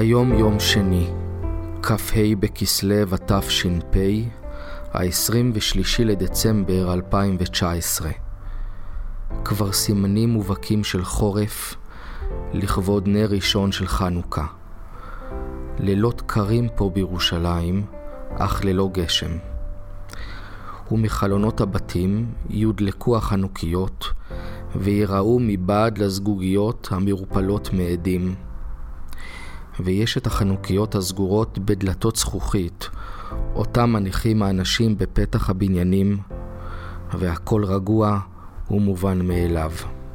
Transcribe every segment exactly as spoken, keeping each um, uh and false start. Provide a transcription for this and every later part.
היום יום שני, כ"ה בכסלו התש"פ, ה-עשרים ושלישי לדצמבר אלפיים תשע עשרה. כבר סימנים מובהקים של חורף לכבוד נר ראשון של חנוכה. לילות קרים פה בירושלים, אך ללא גשם. ומחלונות הבתים יודלקו החנוכיות ויראו מבעד לזגוגיות המרופלות מעדים. ויש את החנוכיות הסגורות בדלתות זכוכית, אותם מניחים האנשים בפתח הבניינים, והכל רגוע ומובן מאליו.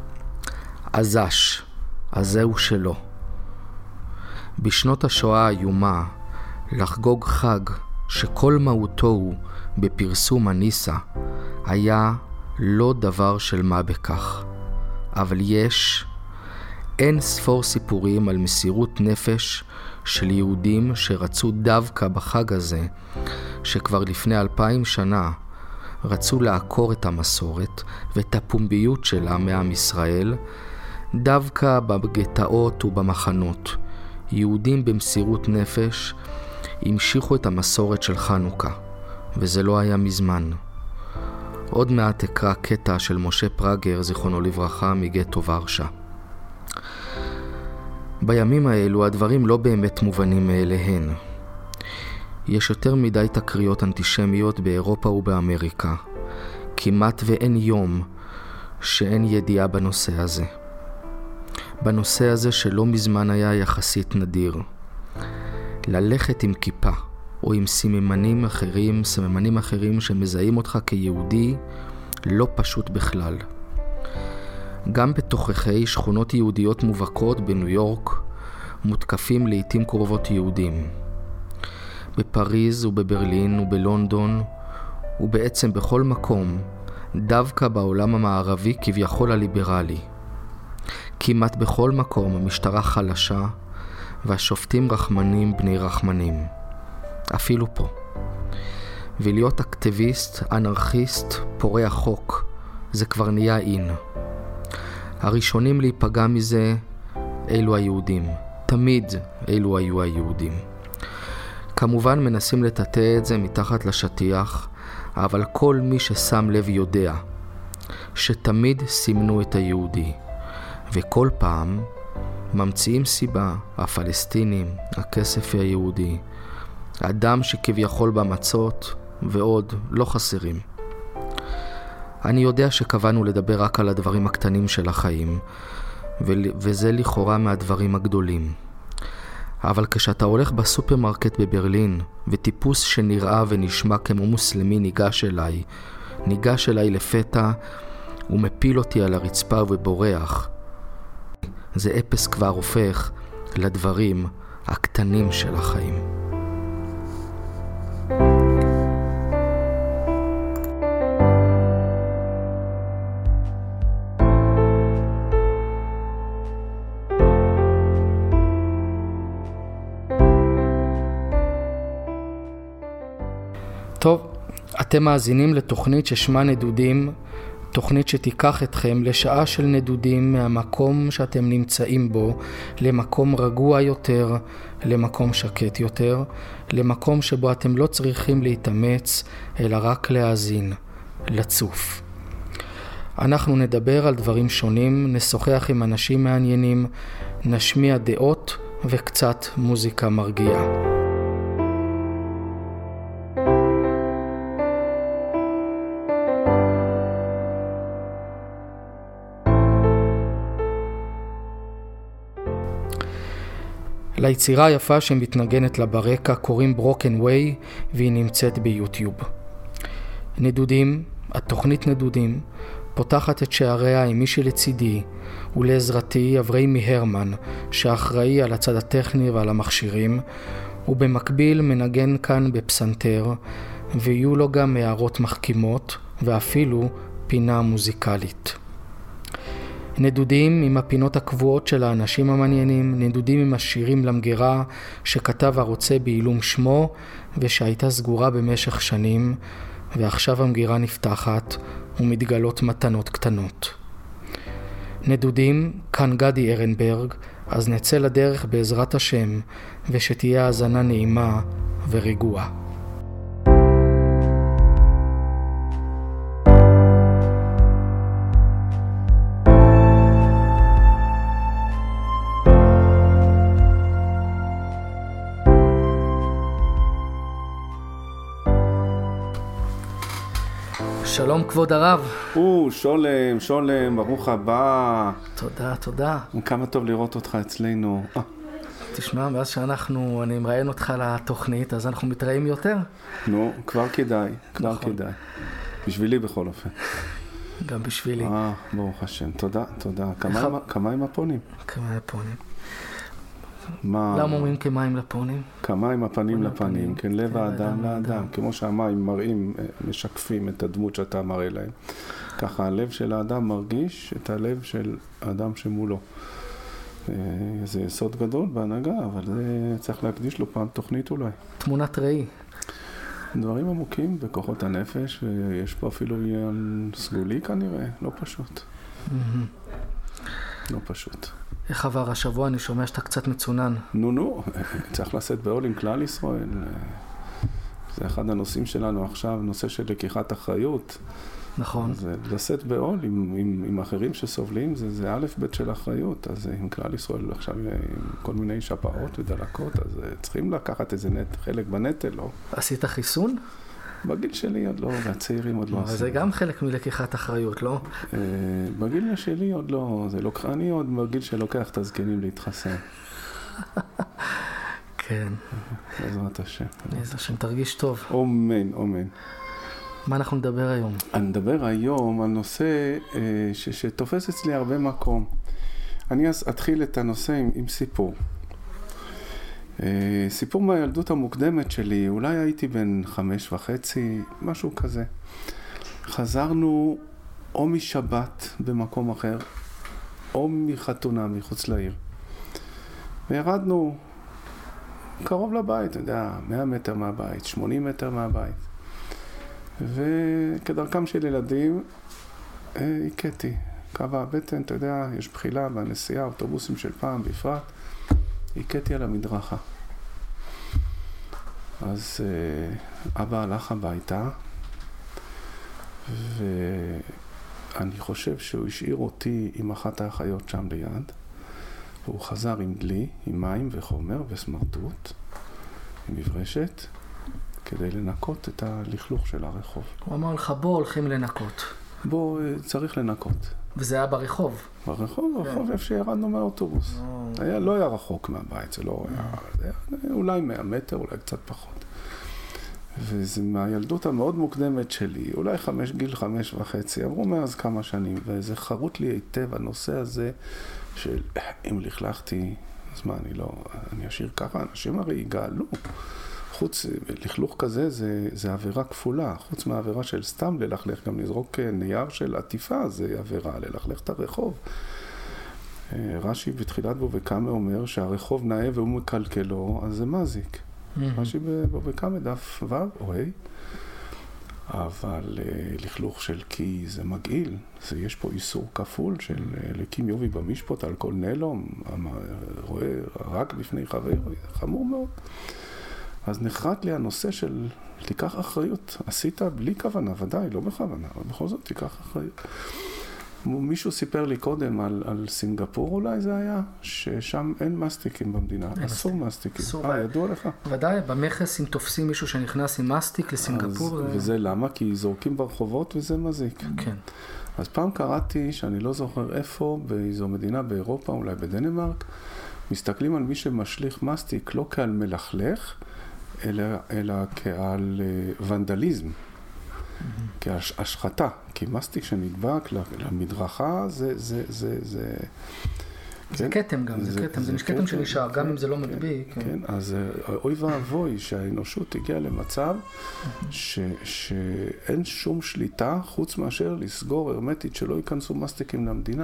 עזש, אז זהו שלו. בשנות השואה האיומה, לחגוג חג שכל מהותו הוא בפרסום הניסה, היה לא דבר של מה בכך. אבל יש אין ספור סיפורים על מסירות נפש של יהודים שרצו דווקא בחג הזה, שכבר לפני אלפיים שנה רצו לעקור את המסורת ואת הפומביות שלה מעם ישראל, דווקא בגטאות ובמחנות. יהודים במסירות נפש המשיכו את המסורת של חנוכה, וזה לא היה מזמן. עוד מעט אקרא קטע של משה פרגר, זיכרונו לברכה, מגטו ורשה. בימים האלו הדברים לא באמת מובנים מאליהן. יש יותר מדי תקריות אנטישמיות באירופה ובאמריקה. כמעט ואין יום שאין ידיעה בנושא הזה. בנושא הזה שלא מזמן היה יחסית נדיר. ללכת עם כיפה או עם סממנים אחרים, סממנים אחרים שמזהים אותך כיהודי, לא פשוט בכלל. גם בתוככי שכונות יהודיות מובהקות בניו יורק מותקפים לעתים קרובות יהודים. בפריז ובברלין ובלונדון ובעצם בכל מקום, דווקא בעולם המערבי כביכול הליברלי. כמעט בכל מקום המשטרה חלשה והשופטים רחמנים בני רחמנים. אפילו פה. ולהיות אקטיביסט, אנרכיסט, פורע חוק, זה כבר נהיה אין. הראשונים להיפגע מזה אלו היהודים. תמיד אלו היו היהודים. כמובן מנסים לטאטא את זה מתחת לשטיח, אבל כל מי ששם לב יודע שתמיד סימנו את היהודי. וכל פעם ממציאים סיבה, הפלסטינים, הכסף היהודי, האדם שכביכול במצות ועוד לא חסרים. אני יודע שקבענו לדבר רק על הדברים הקטנים של החיים, וזה לכאורה מהדברים הגדולים. אבל כשאתה הולך בסופרמרקט בברלין, וטיפוס שנראה ונשמע כמו מוסלמי ניגש אליי, ניגש אליי לפתע ומפיל אותי על הרצפה ובורח, זה אפס כבר הופך לדברים הקטנים של החיים. טוב, אתם מאזינים לתוכנית ששמה נדודים, תוכנית שתיקח אתכם לשעה של נדודים מהמקום שאתם נמצאים בו, למקום רגוע יותר, למקום שקט יותר, למקום שבו אתם לא צריכים להתאמץ, אלא רק להאזין, לצוף. אנחנו נדבר על דברים שונים, נשוחח עם אנשים מעניינים, נשמיע דעות וקצת מוזיקה מרגיעה. ליצירה היפה שמתנגנת לה ברקע קוראים Broken Way, והיא נמצאת ביוטיוב. נדודים, התוכנית נדודים, פותחת את שעריה עם מי שלצידי ולעזרתי אברהים הרמן, שאחראי על הצד הטכני ועל המכשירים, ובמקביל מנגן כאן בפסנתר, ויהיו לו גם הערות מחכימות ואפילו פינה מוזיקלית. נדודים עם הפינות הקבועות של האנשים המעניינים, נדודים עם השירים למגירה שכתב הרוצה בעילום שמו ושהייתה סגורה במשך שנים, ועכשיו המגירה נפתחת ומתגלות מתנות קטנות. נדודים, כאן גדי ארנברג, אז נצא לדרך בעזרת השם, ושתהיה האזנה נעימה ורגועה. שלום כבוד הרב. או, שולם, שולם, ברוך הבא. תודה, תודה. כמה טוב לראות אותך אצלנו. תשמע, מאז שאנחנו, אני מראיין אותך לתוכנית, אז אנחנו מתראים יותר? נו, כבר כדאי, כבר נכון. כדאי. בשבילי בכל אופן. גם בשבילי. אה, ברוך השם. תודה, תודה. כמה, איך... כמה עם הפונים? כמה לפונים. מה... למה אומרים כמים לפונים? כמה עם הפנים לפנים, לפנים. כן, לב כן, האדם לאדם. כמו שהמים מראים, משקפים את הדמות שאתה מראה להם. ככה הלב של האדם מרגיש את הלב של האדם שמולו. זה יסוד גדול בהנהגה, אבל זה צריך להקדיש לו פעם תוכנית אולי. תמונת ראי. דברים עמוקים בכוחות הנפש, ויש פה אפילו עניין סגולי כנראה, לא פשוט. לא פשוט. איך עבר השבוע? אני שומע שאתה קצת מצונן. נו, נו, צריך לשאת בעול עם כלל ישראל. זה אחד הנושאים שלנו עכשיו, נושא של לקיחת אחריות. נכון. אז לשאת בעול עם, עם, עם אחרים שסובלים, זה, זה א' ב' של אחריות. אז עם כלל ישראל עכשיו עם כל מיני שפעות ודלקות, אז צריכים לקחת איזה נט, חלק בנטל, לא? עשית חיסון? בגיל שלי עוד לא, והצעירים עוד לא עשו. אבל זה גם חלק מלקיחת אחריות, לא? בגיל שלי עוד לא, זה לא, אני עוד בגיל שלוקח את הזקנים להתחסן. כן. בעזרת השם. בעזרת השם, תרגיש טוב. אמן, אמן. מה אנחנו נדבר היום? אני נדבר היום על נושא ש, שתופס אצלי הרבה מקום. אני אז אתחיל את הנושא עם, עם סיפור. סיפור מהילדות המוקדמת שלי, אולי הייתי בן חמש וחצי, משהו כזה. חזרנו או משבת במקום אחר, או מחתונה מחוץ לעיר. וירדנו קרוב לבית, אתה יודע, מאה מטר מהבית, שמונים מטר מהבית. וכדרכם של ילדים, הכיתי. קו הבטן, אתה יודע, יש בחילה בנסיעה, אוטובוסים של פעם בפרט. הכיתי על המדרכה. אז אבא הלך הביתה, ואני חושב שהוא השאיר אותי עם אחת האחיות שם ליד, והוא חזר עם דלי, עם מים וחומר וסמרטוט, עם מברשת, כדי לנקות את הלכלוך של הרחוב. הוא אמר לך, בוא הולכים לנקות. בוא, צריך לנקות. וזה היה ברחוב? ברחוב, ברחוב, איפה שירדנו מהאוטובוס. היה, לא היה רחוק מהבית, זה לא היה, זה היה אולי מאה מטר, אולי קצת פחות. וזה מהילדות המאוד מוקדמת שלי, אולי חמש, גיל חמש וחצי, עברו מאז כמה שנים, וזה חרוט לי היטב הנושא הזה של אם לכלכתי, אז מה, אני לא, אני אשאיר ככה, אנשים הרי יגאלו. חוץ, לכלוך כזה זה, זה עבירה כפולה, חוץ מהעבירה של סתם ללכלך, גם לזרוק נייר של עטיפה, זה עבירה, ללכלך את הרחוב. רש"י בתחילת בו וקמה אומר שהרחוב נאה והוא מקלקלו, אז זה מזיק. Mm-hmm. רש"י בו וקמה דף ו' או ה', אבל לכלוך של קי זה מגעיל, זה יש פה איסור כפול של לקים יובי במשפט על כל נלום, רואה רק בפני חבר, חמור מאוד. אז נחרט לי הנושא של תיקח אחריות. עשית בלי כוונה, ודאי, לא בכוונה, אבל בכל זאת תיקח אחריות. מישהו סיפר לי קודם על, על סינגפור אולי זה היה, ששם אין מסטיקים במדינה, אסור מסטיקים. אה, ידוע לך? ודאי, במכס אם תופסים מישהו שנכנס עם מסטיק לסינגפור. אז, וזה למה? כי זורקים ברחובות וזה מזיק. כן. אז פעם קראתי, שאני לא זוכר איפה, באיזו מדינה באירופה, אולי בדנמרק, מסתכלים על מי שמשליך מסטיק לא כעל מלכלך, אלא, אלא כעל ונדליזם, mm-hmm. כהשחתה, כי מסטיק שנדבק למדרכה זה, זה, זה, זה... זה כן? קטם גם, זה, זה קטם, זה, זה קטם שנשאר, כן, גם אם זה לא כן, מדביק. כן, כן, אז אוי ואבוי שהאנושות הגיעה למצב mm-hmm. ש, שאין שום שליטה חוץ מאשר לסגור הרמטית שלא ייכנסו מסטיקים למדינה.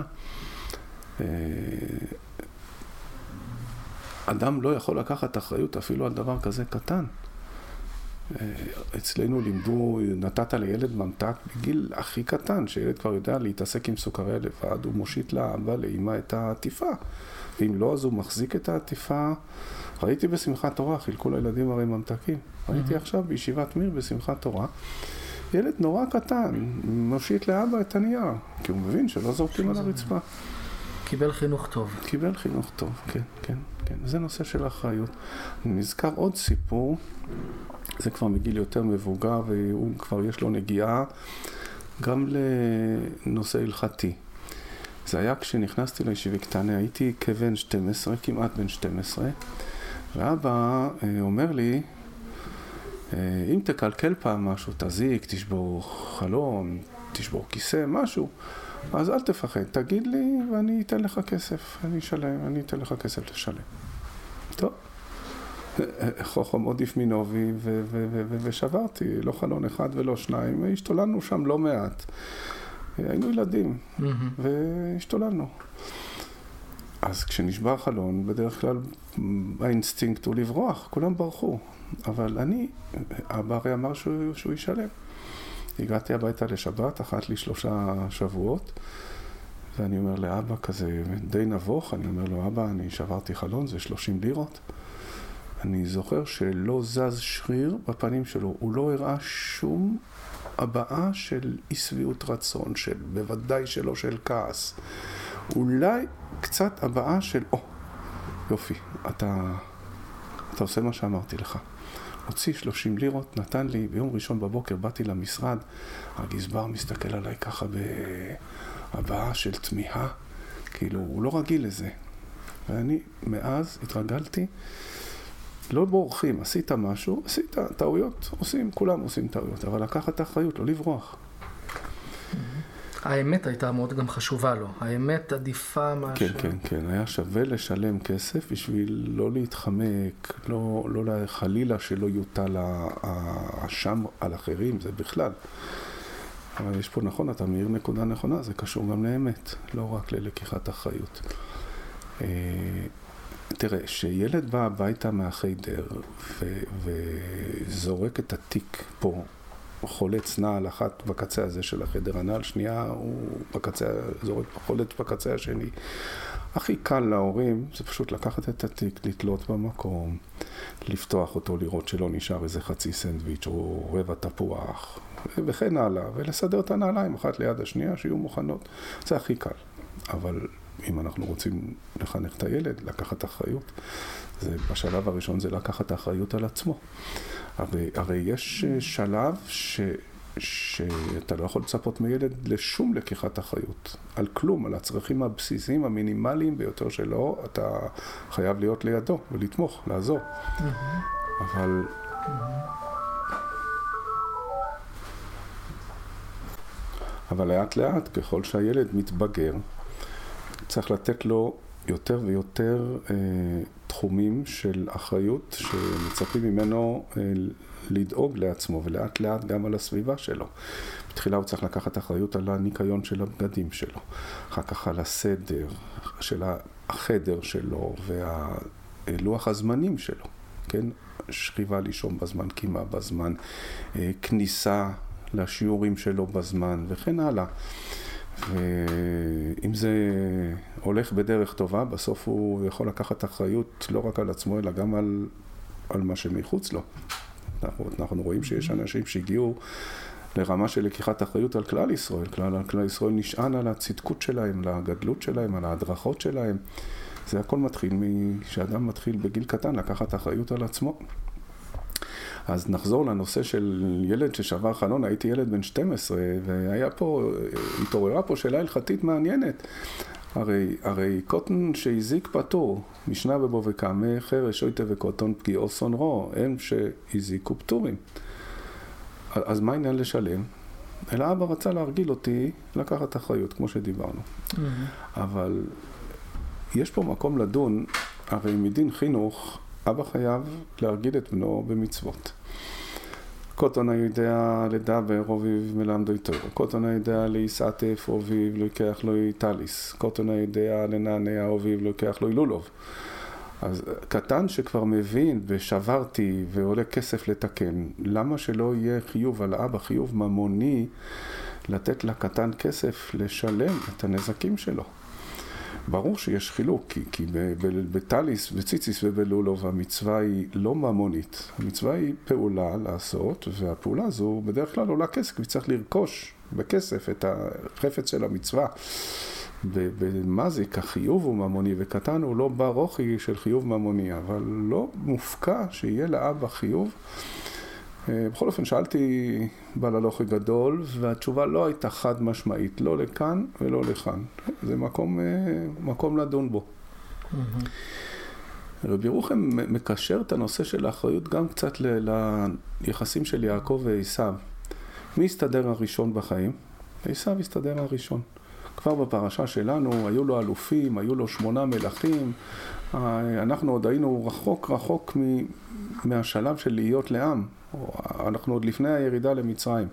אדם לא יכול לקחת אחריות אפילו על דבר כזה קטן. אצלנו לימדו, נתת לילד ממתק בגיל הכי קטן, שילד כבר יודע להתעסק עם סוכריה לבד, הוא מושיט לאבא, לאמא את העטיפה. ואם לא, אז הוא מחזיק את העטיפה. ראיתי בשמחת תורה, חילקו לילדים הרי ממתקים. ראיתי עכשיו בישיבת מיר בשמחת תורה. ילד נורא קטן, מושיט לאבא את הנייר, כי הוא מבין שלא זורקים על הרצפה. קיבל חינוך טוב. קיבל חינוך טוב, כן, כן, כן. זה נושא של אחריות. אני נזכר עוד סיפור, זה כבר מגיל יותר מבוגר, והוא כבר יש לו נגיעה גם לנושא הלכתי. זה היה כשנכנסתי לישיבה קטנה, הייתי כבן שתים עשרה, כמעט בן שתים עשרה, ואבא אומר לי, אם תקלקל פעם משהו, תזיק, תשבור חלום, תשבור כיסא, משהו, אז אל תפחד, תגיד לי ואני אתן לך כסף, אני אשלם, אני אתן לך כסף לשלם. טוב, חוכם עודיף מינובי ו- ו- ו- ו- ושברתי, לא חלון אחד ולא שניים, השתוללנו שם לא מעט. היינו ילדים, mm-hmm. והשתוללנו. אז כשנשבר חלון, בדרך כלל האינסטינקט הוא לברוח, כולם ברחו. אבל אני, אבא הרי אמר שהוא, שהוא ישלם. הגעתי הביתה לשבת, אחת לי שלושה שבועות, ואני אומר לאבא כזה, די נבוך, אני אומר לו, אבא, אני שברתי חלון, זה שלושים לירות. אני זוכר שלא זז שריר בפנים שלו, הוא לא הראה שום הבעה של אי שביעות רצון, של בוודאי שלא של כעס. אולי קצת הבעה של, או, יופי, אתה, אתה עושה מה שאמרתי לך. הוציא שלושים לירות, נתן לי, ביום ראשון בבוקר באתי למשרד, הגזבר מסתכל עליי ככה בהבעה של תמיהה, כאילו הוא לא רגיל לזה. ואני מאז התרגלתי, לא בורחים, עשית משהו, עשית טעויות, עושים, כולם עושים טעויות, אבל לקחת אחריות, לא לברוח. האמת הייתה מאוד גם חשובה לו, האמת עדיפה מה כן, ש... כן, כן, היה שווה לשלם כסף בשביל לא להתחמק, לא, לא חלילה שלא יוטל האשם על אחרים, זה בכלל. אבל יש פה נכון, אתה מאיר נקודה נכונה, זה קשור גם לאמת, לא רק ללקיחת אחריות. תראה, שילד בא הביתה מהחיידר ו- וזורק את התיק פה, חולץ נעל אחת בקצה הזה של החדר הנעל, שנייה הוא בקצה, זורק חולץ בקצה השני. הכי קל להורים זה פשוט לקחת את התיק, לתלות במקום, לפתוח אותו, לראות שלא נשאר איזה חצי סנדוויץ' או רבע תפוח, וכן הלאה, ולסדר את הנעליים אחת ליד השנייה שיהיו מוכנות. זה הכי קל. אבל אם אנחנו רוצים לחנך את הילד, לקחת אחריות, זה בשלב הראשון זה לקחת האחריות על עצמו. הרי, הרי יש שלב ש, שאתה לא יכול לצפות מילד לשום לקיחת אחריות. על כלום, על הצרכים הבסיסיים, המינימליים ביותר שלו, אתה חייב להיות לידו ולתמוך, לעזור. אבל... אבל לאט לאט, ככל שהילד מתבגר, צריך לתת לו יותר ויותר אה, תחומים של אחריות שמצפים ממנו אה, לדאוג לעצמו ולאט לאט גם על הסביבה שלו. בתחילה הוא צריך לקחת אחריות על הניקיון של הבגדים שלו, אחר כך על הסדר של החדר שלו והלוח הזמנים שלו, כן? שכיבה לישון בזמן, קימה בזמן, אה, כניסה לשיעורים שלו בזמן וכן הלאה. ואם זה הולך בדרך טובה, בסוף הוא יכול לקחת אחריות לא רק על עצמו, אלא גם על, על מה שמחוץ לו. אנחנו, אנחנו רואים שיש אנשים שהגיעו לרמה של לקיחת אחריות על כלל ישראל. כלל, כלל ישראל נשען על הצדקות שלהם, על הגדלות שלהם, על ההדרכות שלהם. זה הכל מתחיל כשאדם מתחיל בגיל קטן לקחת אחריות על עצמו. אז נחזור לנושא של ילד ששבר חלון. הייתי ילד בן שתים עשרה, והיה פה, התעוררה פה שאלה הלכתית מעניינת. הרי, הרי קוטן שהזיק פטור, משנה בבוא וקמה, חרש שויטה וקוטון פגיעו סונרו, הם שהזיקו פטורים. אז מה העניין לשלם? אלא אבא רצה להרגיל אותי לקחת אחריות, כמו שדיברנו. Mm-hmm. אבל יש פה מקום לדון, הרי מדין חינוך, אבא חייב להרגיל את בנו במצוות. קוטון היודע לדבר, אוביב מלמדו איתו. קוטון היודע להיסעטף, אוביב לוקח לו טליס. קוטון היודע לנענע, אוביב לוקח לו לולוב. אז קטן שכבר מבין ושברתי ועולה כסף לתקן, למה שלא יהיה חיוב על האבא, חיוב ממוני, לתת לקטן כסף לשלם את הנזקים שלו? ברור שיש חילוק, כי, כי בטליס, בציציס ובלולוב המצווה היא לא ממונית. המצווה היא פעולה לעשות, והפעולה הזו בדרך כלל עולה כסף, וצריך לרכוש בכסף את החפץ של המצווה. במזיק החיוב הוא ממוני, וקטן הוא לא ברוכי של חיוב ממוני, אבל לא מופקע שיהיה לאבא חיוב. בכל אופן שאלתי בעל הלוכי גדול, והתשובה לא הייתה חד משמעית, לא לכאן ולא לכאן. זה מקום, מקום לדון בו. Mm-hmm. רבי ירוחם מקשר את הנושא של האחריות גם קצת ליחסים של יעקב ועשיו. מי הסתדר הראשון בחיים? עשיו הסתדר הראשון. כבר בפרשה שלנו היו לו אלופים, היו לו שמונה מלכים, אנחנו עוד היינו רחוק רחוק מהשלב של להיות לעם. אנחנו עוד לפני הירידה למצרים.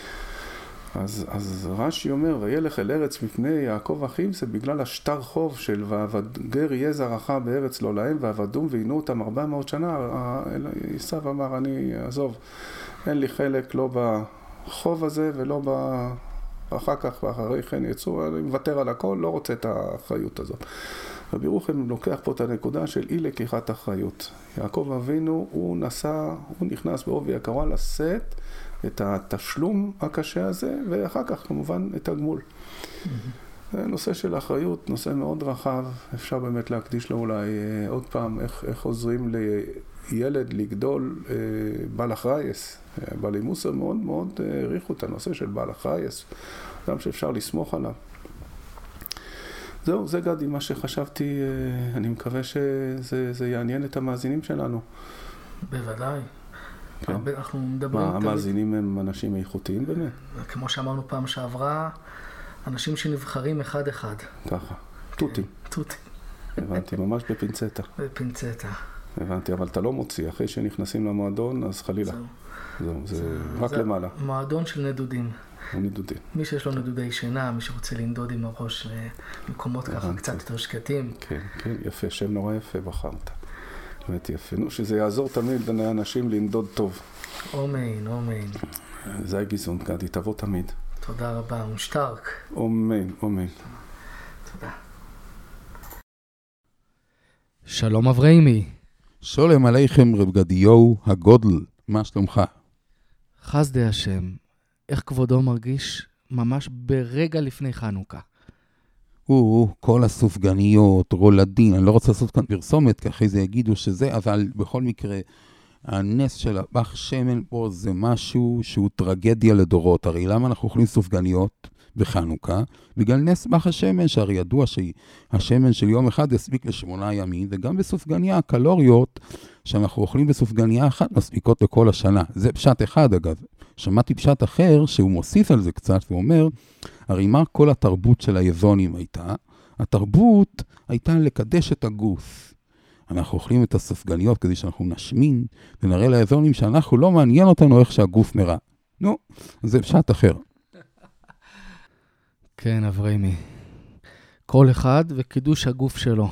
אז, אז רש"י אומר, וילך אל ארץ מפני יעקב אחיו, זה בגלל השטר חוב של ועבד גר יהיה זרעך בארץ לא להם, ועבדום ועינו אותם ארבע מאות שנה. עשיו אמר, אני עזוב, אין לי חלק לא בחוב הזה ולא ב... אחר כך ואחרי כן יצאו, אני מוותר על הכל, לא רוצה את האחריות הזאת. רבי ירוחם לוקח פה את הנקודה של אי לקיחת אחריות. יעקב אבינו, הוא נסע, הוא נכנס בעובי הקורה לשאת את התשלום הקשה הזה, ואחר כך כמובן את הגמול. זה נושא של אחריות, נושא מאוד רחב, אפשר באמת להקדיש לו אולי עוד פעם איך, איך עוזרים לילד לגדול בעל אחרייס. בעלי מוסר מאוד מאוד העריכו את הנושא של בעל אחרייס, גם שאפשר לסמוך עליו. זהו, זה גדי, מה שחשבתי, אני מקווה שזה זה יעניין את המאזינים שלנו. בוודאי. כן. הרבה, אנחנו מדברים... מה, המאזינים הם אנשים איכותיים באמת? כמו שאמרנו פעם שעברה, אנשים שנבחרים אחד אחד. ככה, טוטים. טוטים. הבנתי, ממש בפינצטה. בפינצטה. הבנתי, אבל אתה לא מוציא, אחרי שנכנסים למועדון, אז חלילה. זהו. זהו, זה, זה רק זה למעלה. מועדון של נדודים. נדודים. מי שיש לו נדודי שינה, מי שרוצה לנדוד עם הראש למקומות ככה קצת יותר שקטים. כן, כן, יפה, שם נורא יפה בחרת. באמת יפה. נו, שזה יעזור תמיד לאנשים לנדוד טוב. אומן, אומן. זה הגיזון, גדי, תבוא תמיד. תודה רבה, מושטרק. אומן, אומן. תודה. שלום אברהימי. שולם עליכם רב גדיהו הגודל, מה שלומך? חסדי השם, איך כבודו מרגיש ממש ברגע לפני חנוכה? הוא, כל הסופגניות, רולדין, אני לא רוצה לעשות כאן פרסומת, כי אחרי זה יגידו שזה, אבל בכל מקרה, הנס של הפח שמן פה זה משהו שהוא טרגדיה לדורות. הרי למה אנחנו אוכלים סופגניות בחנוכה? בגלל נס פח השמן, שהרי ידוע שהשמן של יום אחד יספיק לשמונה ימים, וגם בסופגניה, הקלוריות שאנחנו אוכלים בסופגניה אחת מספיקות לכל השנה. זה פשט אחד אגב. שמעתי פשט אחר שהוא מוסיף על זה קצת ואומר, הרי מה כל התרבות של היזונים הייתה? התרבות הייתה לקדש את הגוף. אנחנו אוכלים את הסופגניות כדי שאנחנו נשמין, ונראה ליזונים שאנחנו לא מעניין אותנו איך שהגוף נראה. נו, זה פשט אחר. כן, אברהימי. כל אחד וקידוש הגוף שלו.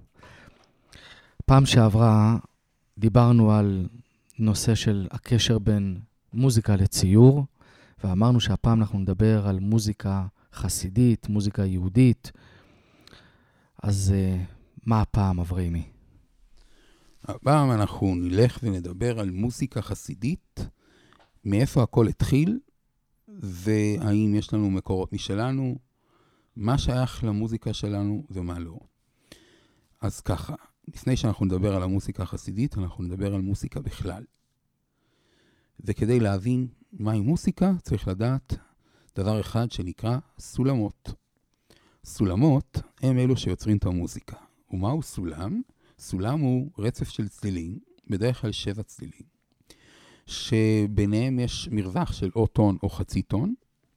פעם שעברה דיברנו על נושא של הקשר בין מוזיקה לציור, ואמרנו שהפעם אנחנו נדבר על מוזיקה חסידית, מוזיקה יהודית. אז מה הפעם, אברהימי? הפעם אנחנו נלך ונדבר על מוזיקה חסידית, מאיפה הכל התחיל, והאם יש לנו מקורות משלנו, מה שייך למוזיקה שלנו ומה לא. אז ככה, לפני שאנחנו נדבר על המוזיקה החסידית, אנחנו נדבר על מוזיקה בכלל. וכדי להבין מהי מוזיקה, צריך לדעת דבר אחד שנקרא סולמות. סולמות הם אלו שיוצרים את המוזיקה. ומהו סולם? סולם הוא רצף של צלילים, בדרך כלל שבע צלילים, שביניהם יש מרווח של או טון או חצי טון,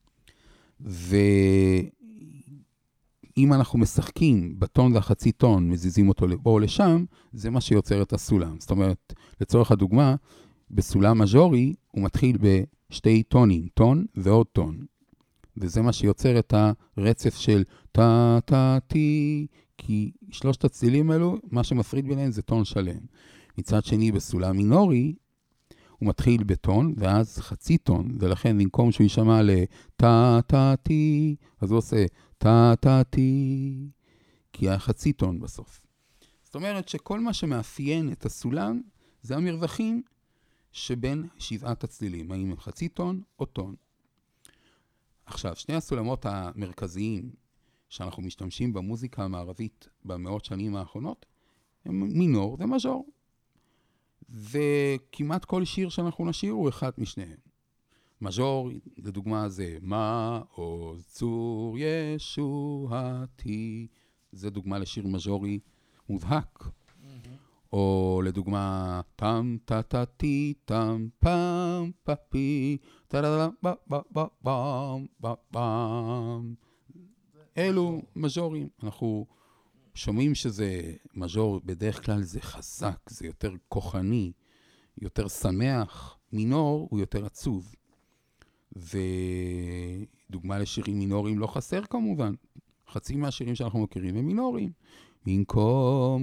ואם אנחנו משחקים בטון והחצי טון, מזיזים אותו לפה או לשם, זה מה שיוצר את הסולם. זאת אומרת, לצורך הדוגמה, בסולם מז'ורי הוא מתחיל בשתי טונים, טון ועוד טון. וזה מה שיוצר את הרצף של טה טה טי כי שלושת הצלילים האלו, מה שמפריד ביניהם זה טון שלם. מצד שני, בסולם מינורי, הוא מתחיל בטון, ואז חצי טון, ולכן במקום שהוא יישמע לטה-טה-טי, אז הוא עושה טה-טה-טי, כי היה חצי טון בסוף. זאת אומרת שכל מה שמאפיין את הסולם, זה המרווחים שבין שבעת הצלילים, האם הם חצי טון או טון. עכשיו, שני הסולמות המרכזיים שאנחנו משתמשים במוזיקה המערבית במאות שנים האחרונות, הם מינור ומז'ור. וכמעט כל שיר שאנחנו נשיר הוא אחד משניהם. מז'ור, לדוגמה, זה מה עוז צור ישועתי. זה דוגמה לשיר מז'ורי מובהק. Mm-hmm. או לדוגמה, פם טה-טה-טי, טם פם פפי, טה-טה-טה-טה-טה-טה-טה-טה-טה. אלו מז'ורים. אנחנו שומעים שזה מז'ור, בדרך כלל זה חזק, זה יותר כוחני, יותר שמח. מינור הוא יותר עצוב. ודוגמה לשירים מינוריים לא חסר כמובן. חצי מהשירים שאנחנו מכירים הם מינוריים. במקום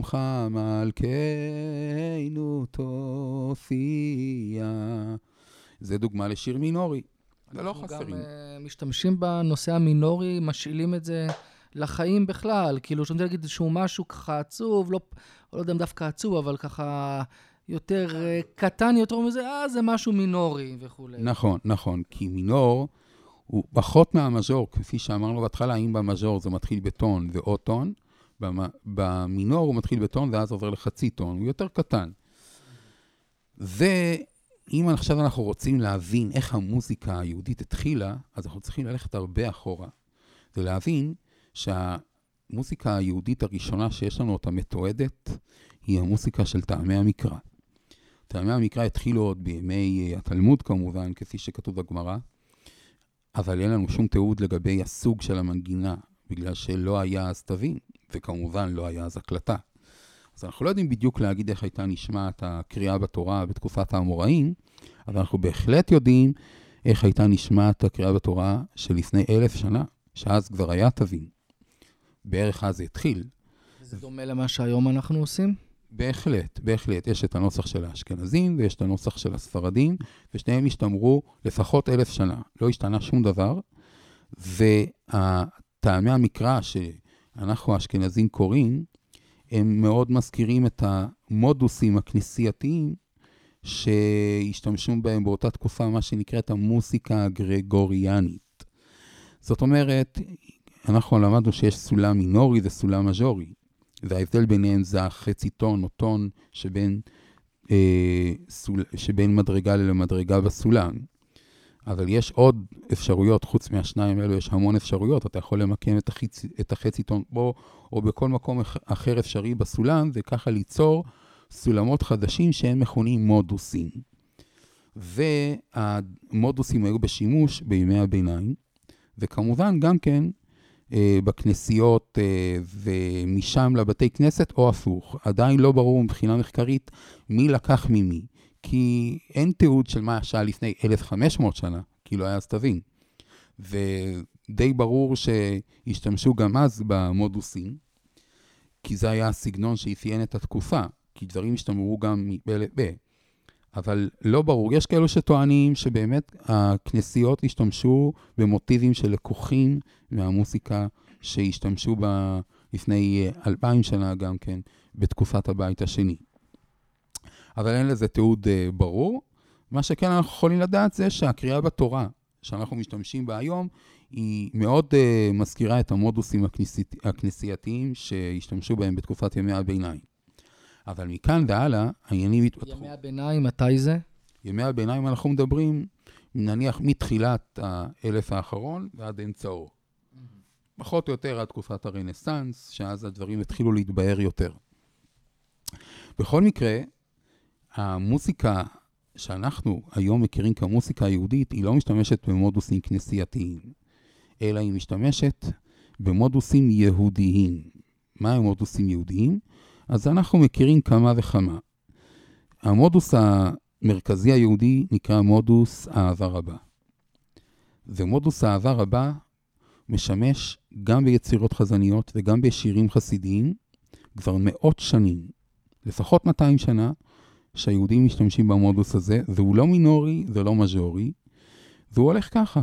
מלכנו תופיע. זה דוגמה לשיר מינורי. זה לא חסרים. גם uh, משתמשים בנושא המינורי, משאילים את זה לחיים בכלל. כאילו, שאני רוצה להגיד שהוא משהו ככה עצוב, לא, לא יודע אם דווקא עצוב, אבל ככה יותר uh, קטן יותר מזה, אה, זה משהו מינורי וכו'. נכון, נכון. כי מינור הוא פחות מהמז'ור, כפי שאמרנו בהתחלה, אם במז'ור זה מתחיל בטון ועוד טון, במינור הוא מתחיל בטון ואז עובר לחצי טון, הוא יותר קטן. ואם עכשיו אנחנו רוצים להבין איך המוזיקה היהודית התחילה, אז אנחנו צריכים ללכת הרבה אחורה. ולהבין שהמוזיקה היהודית הראשונה שיש לנו אותה מתועדת, היא המוזיקה של טעמי המקרא. טעמי המקרא התחילו עוד בימי התלמוד כמובן, כפי שכתוב בגמרא, אבל אין לנו שום תיעוד לגבי הסוג של המנגינה, בגלל שלא היה אז תווים, וכמובן לא היה אז הקלטה. אז אנחנו לא יודעים בדיוק להגיד איך הייתה נשמעת הקריאה בתורה בתקופת האמוראים, אבל אנחנו בהחלט יודעים איך הייתה נשמעת הקריאה בתורה שלפני אלף שנה, שאז כבר היה תווים. בערך אז זה התחיל. וזה דומה למה שהיום אנחנו עושים? בהחלט, בהחלט. יש את הנוסח של האשכנזים ויש את הנוסח של הספרדים, ושניהם השתמרו לפחות אלף שנה. לא השתנה שום דבר, והטעמי המקרא שאנחנו האשכנזים קוראים, הם מאוד מזכירים את המודוסים הכנסייתיים שהשתמשו בהם באותה תקופה, מה שנקראת המוסיקה הגרגוריאנית. זאת אומרת, אנחנו למדנו שיש סולם מינורי וסולם מז'ורי, וההבדל ביניהם זה החצי טון או טון שבין, אה, סול, שבין מדרגה למדרגה בסולם. אבל יש עוד אפשרויות, חוץ מהשניים האלו יש המון אפשרויות, אתה יכול למקם את החצי, את החצי טון בו, או בכל מקום אחר אפשרי בסולם, וככה ליצור סולמות חדשים שהם מכונים מודוסים. והמודוסים היו בשימוש בימי הביניים, וכמובן גם כן אה, בכנסיות אה, ומשם לבתי כנסת או הפוך. עדיין לא ברור מבחינה מחקרית מי לקח ממי. כי אין תיעוד של מה שהיה לפני אלף וחמש מאות שנה, כי לא היה סתווים. ודי ברור שהשתמשו גם אז במודוסים, כי זה היה הסגנון שהפיין את התקופה, כי דברים השתמרו גם מפה לפה. אבל לא ברור, יש כאלו שטוענים שבאמת הכנסיות השתמשו במוטיבים של לקוחים מהמוסיקה שהשתמשו בה לפני אלפיים שנה גם כן, בתקופת הבית השני. אבל אין לזה תיעוד uh, ברור. מה שכן אנחנו יכולים לדעת זה שהקריאה בתורה שאנחנו משתמשים בה היום, היא מאוד uh, מזכירה את המודוסים הכנסי... הכנסייתיים שהשתמשו בהם בתקופת ימי הביניים. אבל מכאן והלאה, העניינים התפתחו. ימי הביניים, מתי זה? ימי הביניים אנחנו מדברים, נניח מתחילת האלף האחרון ועד אמצעו. Mm-hmm. פחות או יותר עד תקופת הרנסנס, שאז הדברים התחילו להתבהר יותר. בכל מקרה, המוסיקה שאנחנו היום מכירים כמוסיקה היהודית, היא לא משתמשת במודוסים כנסייתיים, אלא היא משתמשת במודוסים יהודיים. מה הם מודוסים יהודיים? אז אנחנו מכירים כמה וכמה. המודוס המרכזי היהודי נקרא מודוס אהבה רבה. ומודוס אהבה רבה משמש גם ביצירות חזניות וגם בשירים חסידיים, כבר מאות שנים, לפחות מאתיים שנה, שהיהודים משתמשים במודוס הזה, והוא לא מינורי, זה לא מז'ורי, והוא הולך ככה.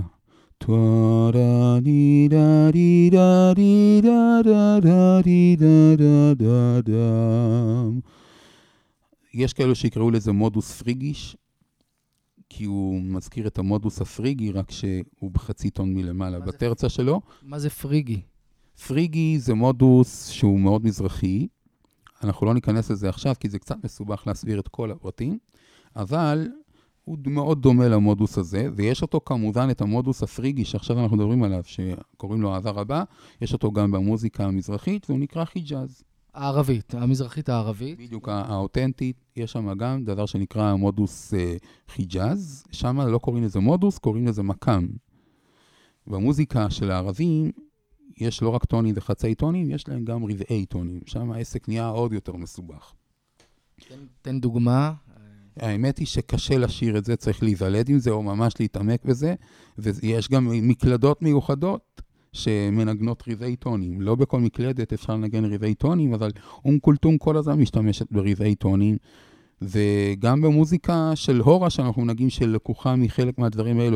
יש כאלו שיקראו לזה מודוס פריגיש, כי הוא מזכיר את המודוס הפריגי, רק שהוא בחצי טון מלמעלה בטרצה שלו. מה זה פריגי? פריגי זה מודוס שהוא מאוד מזרחי, אנחנו לא ניכנס לזה עכשיו, כי זה קצת מסובך להסביר את כל הפרטים, אבל הוא מאוד דומה למודוס הזה, ויש אותו כמובן את המודוס הפריגי, שעכשיו אנחנו מדברים עליו, שקוראים לו אהבה רבה, יש אותו גם במוזיקה המזרחית, והוא נקרא חיג'אז. הערבית, המזרחית הערבית. בדיוק האותנטית, יש שם גם דבר שנקרא מודוס אה, חיג'אז, שם לא קוראים לזה מודוס, קוראים לזה מקם. במוזיקה של הערבים, יש לא רק טונים וחצאי טונים, יש להם גם רבעי טונים. שם העסק נהיה עוד יותר מסובך. תן, תן דוגמה. האמת היא שקשה לשיר את זה, צריך להיוולד עם זה, או ממש להתעמק בזה, ויש גם מקלדות מיוחדות שמנגנות רבעי טונים. לא בכל מקלדת אפשר לנגן רבעי טונים, אבל אום כולתום כל הזמן משתמשת ברבעי טונים, וגם במוזיקה של הורה שאנחנו מנגנים של לקוחה מחלק מהדברים האלו,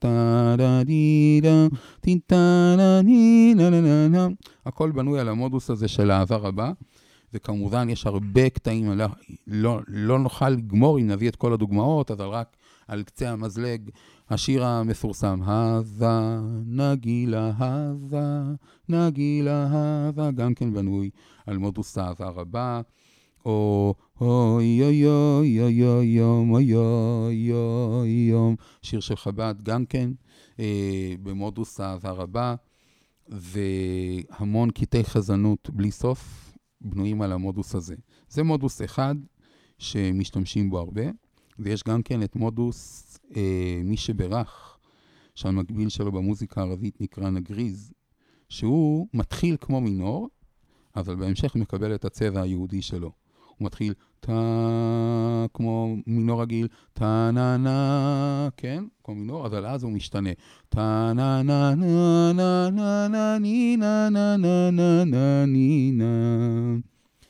הכל בנוי על המודוס הזה של אהבה רבה, וכמובן יש הרבה קטעים, לא, לא נוכל לגמור אם נביא את כל הדוגמאות, אבל רק על קצה המזלג, השיר המפורסם, הווה, נגילה, הווה, נגילה, הווה, גם כן בנוי על מודוס אהבה רבה, או אוי אוי אוי אוי אוי אוי אוי אוי אוי, שיר של חב"ד גם כן, אה, במודוס אהבה רבה, והמון קטעי חזנות בלי סוף בנויים על המודוס הזה. זה מודוס אחד שמשתמשים בו הרבה, ויש גם כן את מודוס אה, מי שברך, שהמקביל שלו במוזיקה הערבית נקרא נגריז, שהוא מתחיל כמו מינור, אבל בהמשך מקבל את הצבע היהודי שלו. הוא מתחיל טה, כמו מינור רגיל, טה נה נה, כן? כמו מינור, אבל אז הוא משתנה. טה נה נה נה נה נה נה ני נה נה נה נה נה ני נה.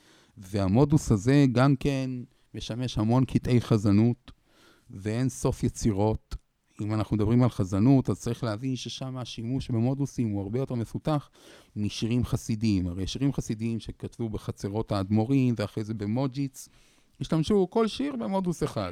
והמודוס הזה גם כן משמש המון קטעי חזנות, ואין סוף יצירות. אם אנחנו מדברים על חזנות, אז צריך להבין ששם השימוש במודוסים הוא הרבה יותר מפותח משירים חסידיים. הרי שירים חסידיים שכתבו בחצרות האדמו"רים ואחרי זה במוג'יץ, השתמשו כל שיר במודוס אחד.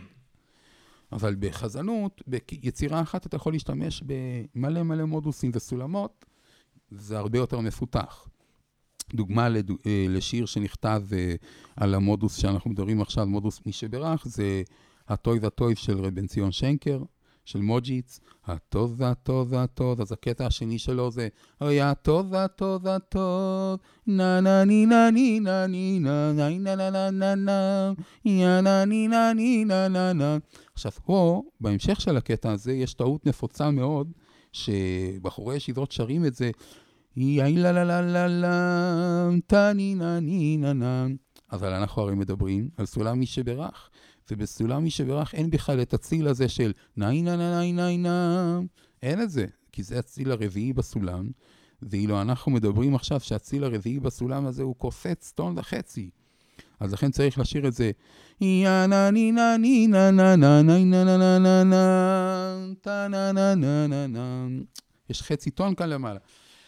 אבל בחזנות, ביצירה אחת אתה יכול להשתמש במלא מלא מודוסים וסולמות, זה הרבה יותר מפותח. דוגמה לשיר שנכתב על המודוס שאנחנו מדברים עכשיו, מודוס מי שברך, זה הטוי והטוי של רב בן ציון שנקר, של מוג'יץ, הטוב והטוב והטוב, אז הקטע השני שלו זה, אוי הטוב והטוב והטוב, נה נה ני נה ני נה ני נה נה נה נה נה נה נה נה נה ני נה ני נה נה נה. עכשיו פה, בהמשך של הקטע הזה, יש טעות נפוצה מאוד, שבחורי ישיבות שרים את זה, יאי לה לה לה לה לה, תה ני נה ני נה נה, אבל אנחנו הרי מדברים על סולם מי שברך, ובסולם מי שברך אין בכלל את הציל הזה של נאי נא נא נאי נאי נא, אין את זה, כי זה הציל הרביעי בסולם, ואילו אנחנו מדברים עכשיו שהציל הרביעי בסולם הזה הוא קופץ טון וחצי, אז לכן צריך לשיר את זה, יא נא ני נא ני נא נא נא נא נא נא נא נא טה נא נא נא נא נא, יש חצי טון כאן למעלה.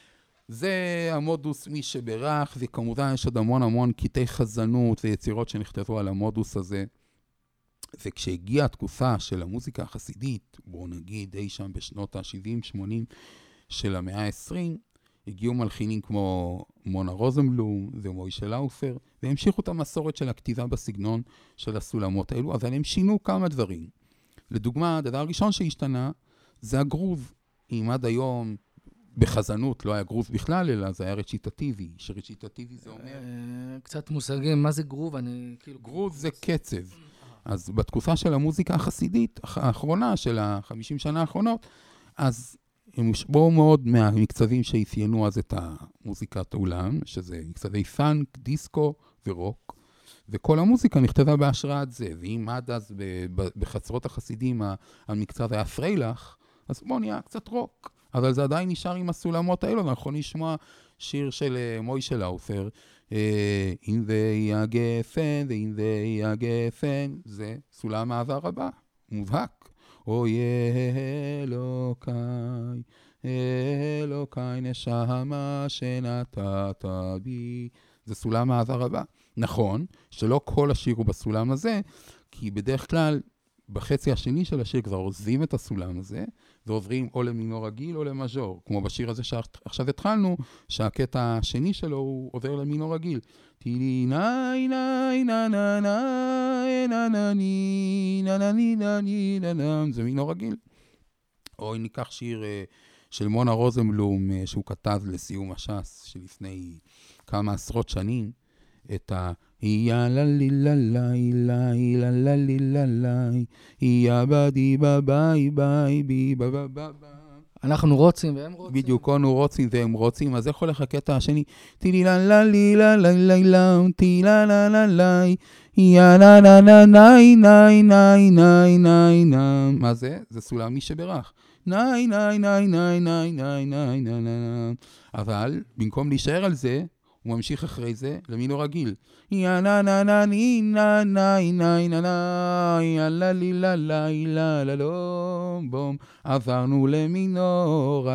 זה המודוס מי שברך, וכמובן יש עוד המון המון קטעי חזנות ויצירות שנכתבו על המודוס הזה. וכשהגיעה התקופה של המוזיקה החסידית, בואו נגיד אי שם בשנות ה-שבעים שמונים של המאה ה-עשרים, הגיעו מלחינים כמו מונה רוזנבלום ומוישה לאופר, והמשיכו את המסורת של הכתיבה בסגנון של הסולמות האלו, אבל הם שינו כמה דברים. לדוגמה, הדבר הראשון שהשתנה זה הגרוב. אם עד היום בחזנות לא היה גרוב בכלל, אלא זה היה רציטטיבי, שרציטטיבי זה אומר... קצת מושגים, מה זה גרוב? אני כאילו... גרוב זה קצב. אז בתקופה של המוזיקה החסידית, האחרונה, של החמישים שנה האחרונות, אז הם הושפעו מאוד מהמקצבים שאפיינו אז את המוזיקת העולם, שזה מקצבי פאנק, דיסקו ורוק, וכל המוזיקה נכתבה בהשראת זה, ואם עד אז בחצרות החסידים המקצב היה פריילך, אז בוא נהיה קצת רוק. אבל זה עדיין נשאר עם הסולמות האלו, אנחנו יכולים לשמוע שיר של מוישה לאופר, אם זה יגפן, ואם זה יגפן, זה סולם אהבה רבה, מובהק. אוי אלוקי, אלוקי נשמה שנתת בי, זה סולם אהבה רבה. נכון, שלא כל השיר הוא בסולם הזה, כי בדרך כלל, בחצי השני של השיר כבר עוזבים את הסולם הזה, ועוברים או למינור רגיל או למז'ור, כמו בשיר הזה שעכשיו התחלנו, שהקטע השני שלו הוא עובר למינור רגיל. תילי נאי נאי נאי נאי נאי נאי נאי נאי נאי, זה מינור רגיל. או אם ניקח שיר של מונה רוזנבלום, שהוא כתב לסיום הש"ס שלפני כמה עשרות שנים, את ה... יא ללי ללי ללי ללי ללי יא בדי בביי ביי בי בבא בבא. אנחנו רוצים והם רוצים. בדיוק, אנו רוצים והם רוצים, אז איך הולך הקטע השני? תילי ללי ללי ללי תילה ללי יא נה נה נה ניי ניי ניי ניי ניי ניי. מה זה? זה סולם מי שברך. ניי ניי ניי ניי ניי ניי ניי ניי. אבל במקום להישאר על זה, הוא ממשיך אחרי זה למינור רגיל. יא נה נה נה ני נה ניי ניי נה נה יא ללי ללי לללו בום. עברנו למינור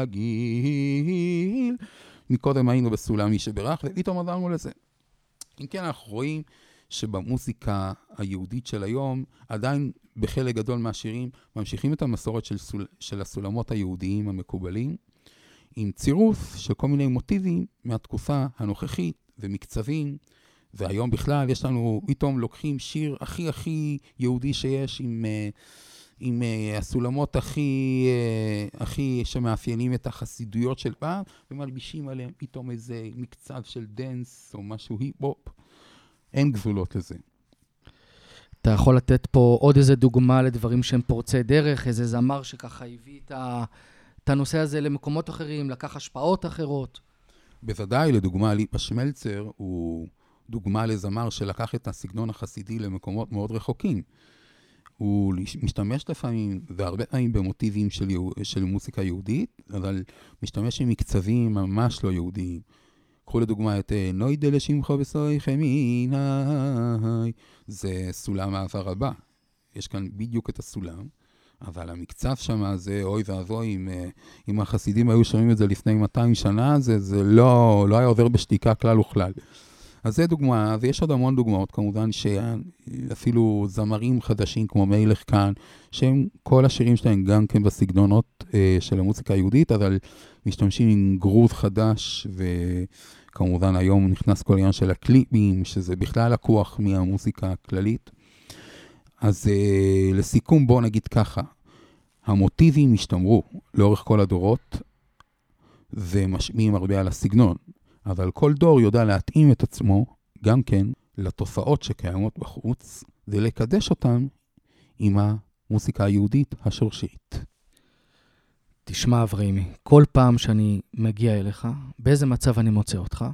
רגיל. מקודם היינו בסולם מי שברך, ופתאום עברנו לזה. אם כן, אנחנו רואים שבמוזיקה היהודית של היום, עדיין בחלק גדול מהשירים, ממשיכים את המסורת של, סול, של הסולמות היהודיים המקובלים, עם צירוף של כל מיני מוטיבים מהתקופה הנוכחית ומקצבים, והיום בכלל יש לנו, פתאום לוקחים שיר הכי הכי יהודי שיש, עם, עם הסולמות הכי, הכי שמאפיינים את החסידויות של פעם, ומלבישים עליהם פתאום איזה מקצב של דנס או משהו היפ-הופ. אין גבולות לזה. אתה יכול לתת פה עוד איזה דוגמה לדברים שהם פורצי דרך, איזה זמר שככה הביא את ה... את הנושא הזה למקומות אחרים, לקח השפעות אחרות? בוודאי, לדוגמה, ליפה שמלצר הוא דוגמה לזמר שלקח את הסגנון החסידי למקומות מאוד רחוקים. הוא משתמש לפעמים, והרבה פעמים במוטיבים של, של מוזיקה יהודית, אבל משתמש עם מקצבים ממש לא יהודיים. קחו לדוגמה את נוידה לשמחו בסוי חמיני, זה סולם אהבה רבה. יש כאן בדיוק את הסולם. אבל המקצב שם זה אוי ואבוי, אם, אם החסידים היו שומעים את זה לפני מאתיים שנה, זה, זה לא, לא היה עובר בשתיקה כלל וכלל. אז זה דוגמה, ויש עוד המון דוגמאות, כמובן שאפילו זמרים חדשים כמו מלך כאן, שהם כל השירים שלהם גם כן בסגנונות אה, של המוזיקה היהודית, אבל משתמשים עם גרוב חדש, וכמובן היום נכנס כל עניין של הקליפים, שזה בכלל לקוח מהמוזיקה הכללית. אז uh, לסיכום בוא נגיד ככה, המוטיבים השתמרו לאורך כל הדורות, ומשמיעים הרבה על הסגנון, אבל כל דור יודע להתאים את עצמו גם כן לתופעות שקיימות בחוץ, ולקדש אותם עם המוזיקה היהודית השורשית. תשמע אברהימי, כל פעם שאני מגיע אליך, באיזה מצב אני מוצא אותך?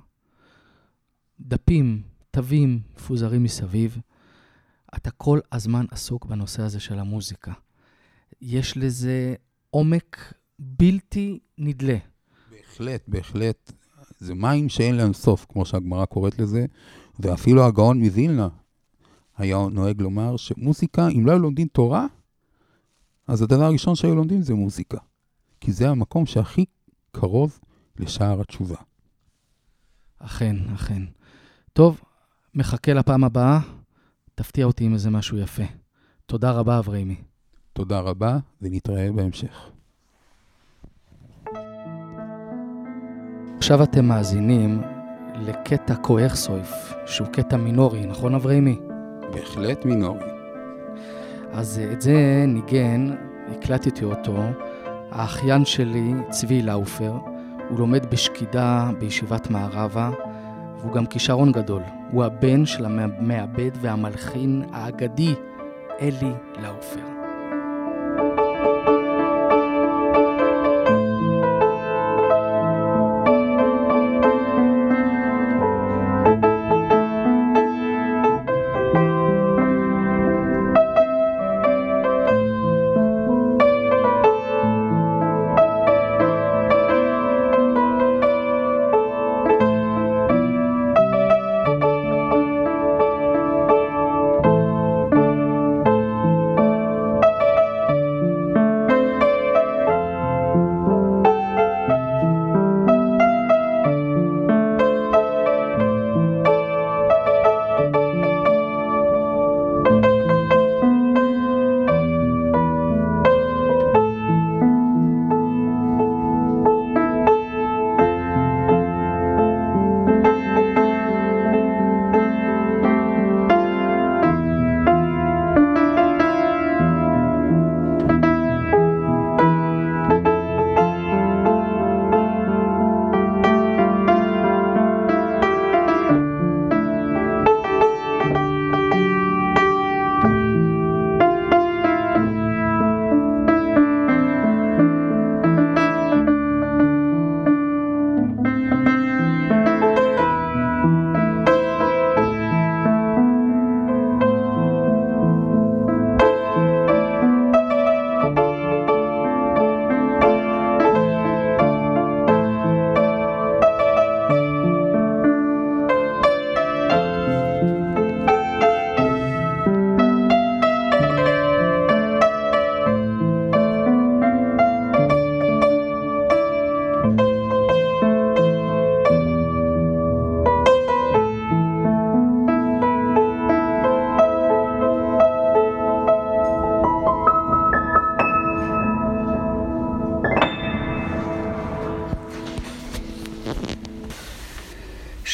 דפים, תווים, מפוזרים מסביב, אתה כל הזמן עסוק בנושא הזה של המוזיקה. יש לזה עומק בלתי נדלה. בהחלט, בהחלט. זה מים שאין להם סוף, כמו שהגמרא קוראת לזה, ואפילו הגאון מווילנה היה נוהג לומר שמוזיקה, אם לא היו לומדים תורה, אז הדבר הראשון שהיו לומדים זה מוזיקה. כי זה המקום שהכי קרוב לשער התשובה. אכן, אכן. טוב, מחכה לפעם הבאה. תפתיע אותי עם איזה משהו יפה. תודה רבה, אברהימי. תודה רבה, ונתראה בהמשך. עכשיו אתם מאזינים לקטע כוח סויף, שהוא קטע מינורי, נכון אברהימי? בהחלט מינורי. אז את זה ניגן, הקלטתי אותו, האחיין שלי, צבי לאופר, הוא לומד בשקידה בישיבת מערבה, והוא גם כישרון גדול. הוא הבן של המעבד והמלחין האגדי אלי לאופר.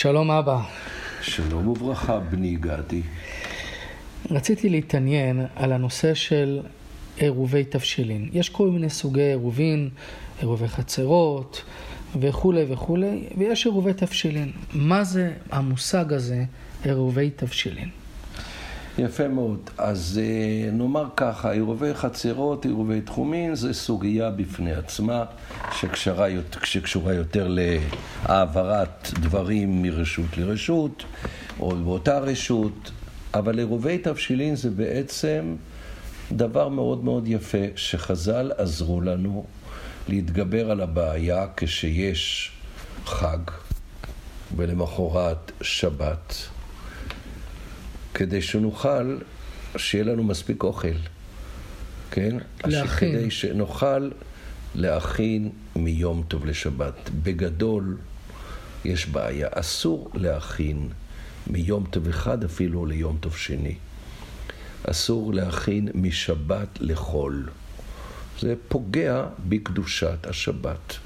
שלום אבא. שלום וברכה בני גדי. רציתי להתעניין על הנושא של עירובי תבשילין. יש כל מיני סוגי עירובין, עירובי חצרות וכו' וכו', ויש עירובי תבשילין. מה זה המושג הזה, עירובי תבשילין? יפה מאוד. אז נאמר ככה, עירובי חצרות, עירובי תחומין, זה סוגיה בפני עצמה, שקשורה, שקשורה יותר להעברת דברים מרשות לרשות, או באותה רשות, אבל עירובי תבשילין זה בעצם דבר מאוד מאוד יפה, שחז"ל עזרו לנו להתגבר על הבעיה כשיש חג, ולמחרת שבת, כדי שנוכל, שיהיה לנו מספיק אוכל, כן? להכין. כדי שנוכל להכין מיום טוב לשבת. בגדול, יש בעיה. אסור להכין מיום טוב אחד אפילו ליום טוב שני. אסור להכין משבת לחול. זה פוגע בקדושת השבת.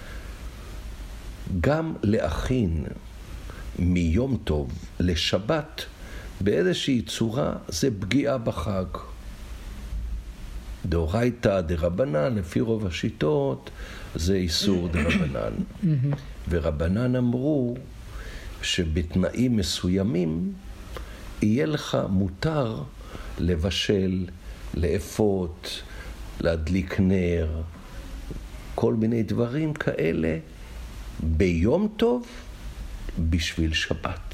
גם להכין מיום טוב לשבת, באיזושהי צורה זה פגיעה בחג. דאורייתא דרבנן, לפי רוב השיטות, זה איסור דרבנן. ורבנן אמרו שבתנאים מסוימים יהיה לך מותר לבשל, לאפות, להדליק נר, כל מיני דברים כאלה ביום טוב בשביל שבת.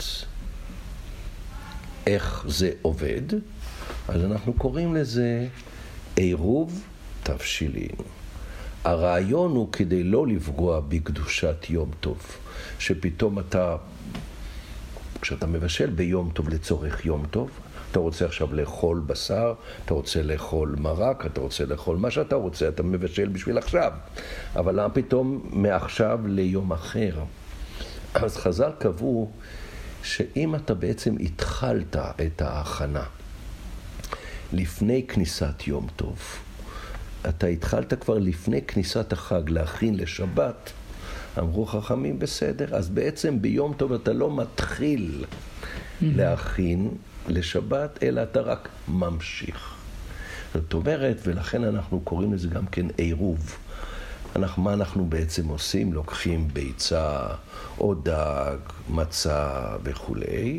איך זה עובד? אז אנחנו קוראים לזה עירוב תבשילין. הרעיון הוא כדי לא לפגוע בקדושת יום טוב, שפתאום אתה, כשאתה מבשל ביום טוב לצורך יום טוב, אתה רוצה עכשיו לאכול בשר, אתה רוצה לאכול מרק, אתה רוצה לאכול מה שאתה רוצה, אתה מבשל בשביל עכשיו. אבל למה פתאום מעכשיו ליום אחר? אז חז"ל קבעו שאם אתה בעצם התחלת את ההכנה לפני כניסת יום טוב, אתה התחלת כבר לפני כניסת החג להכין לשבת, אמרו חכמים בסדר, אז בעצם ביום טוב אתה לא מתחיל להכין לשבת, אלא אתה רק ממשיך. זאת אומרת, ולכן אנחנו קוראים לזה גם כן עירוב. אנחנו, מה אנחנו בעצם עושים? לוקחים ביצה או דג, מצה וכו'.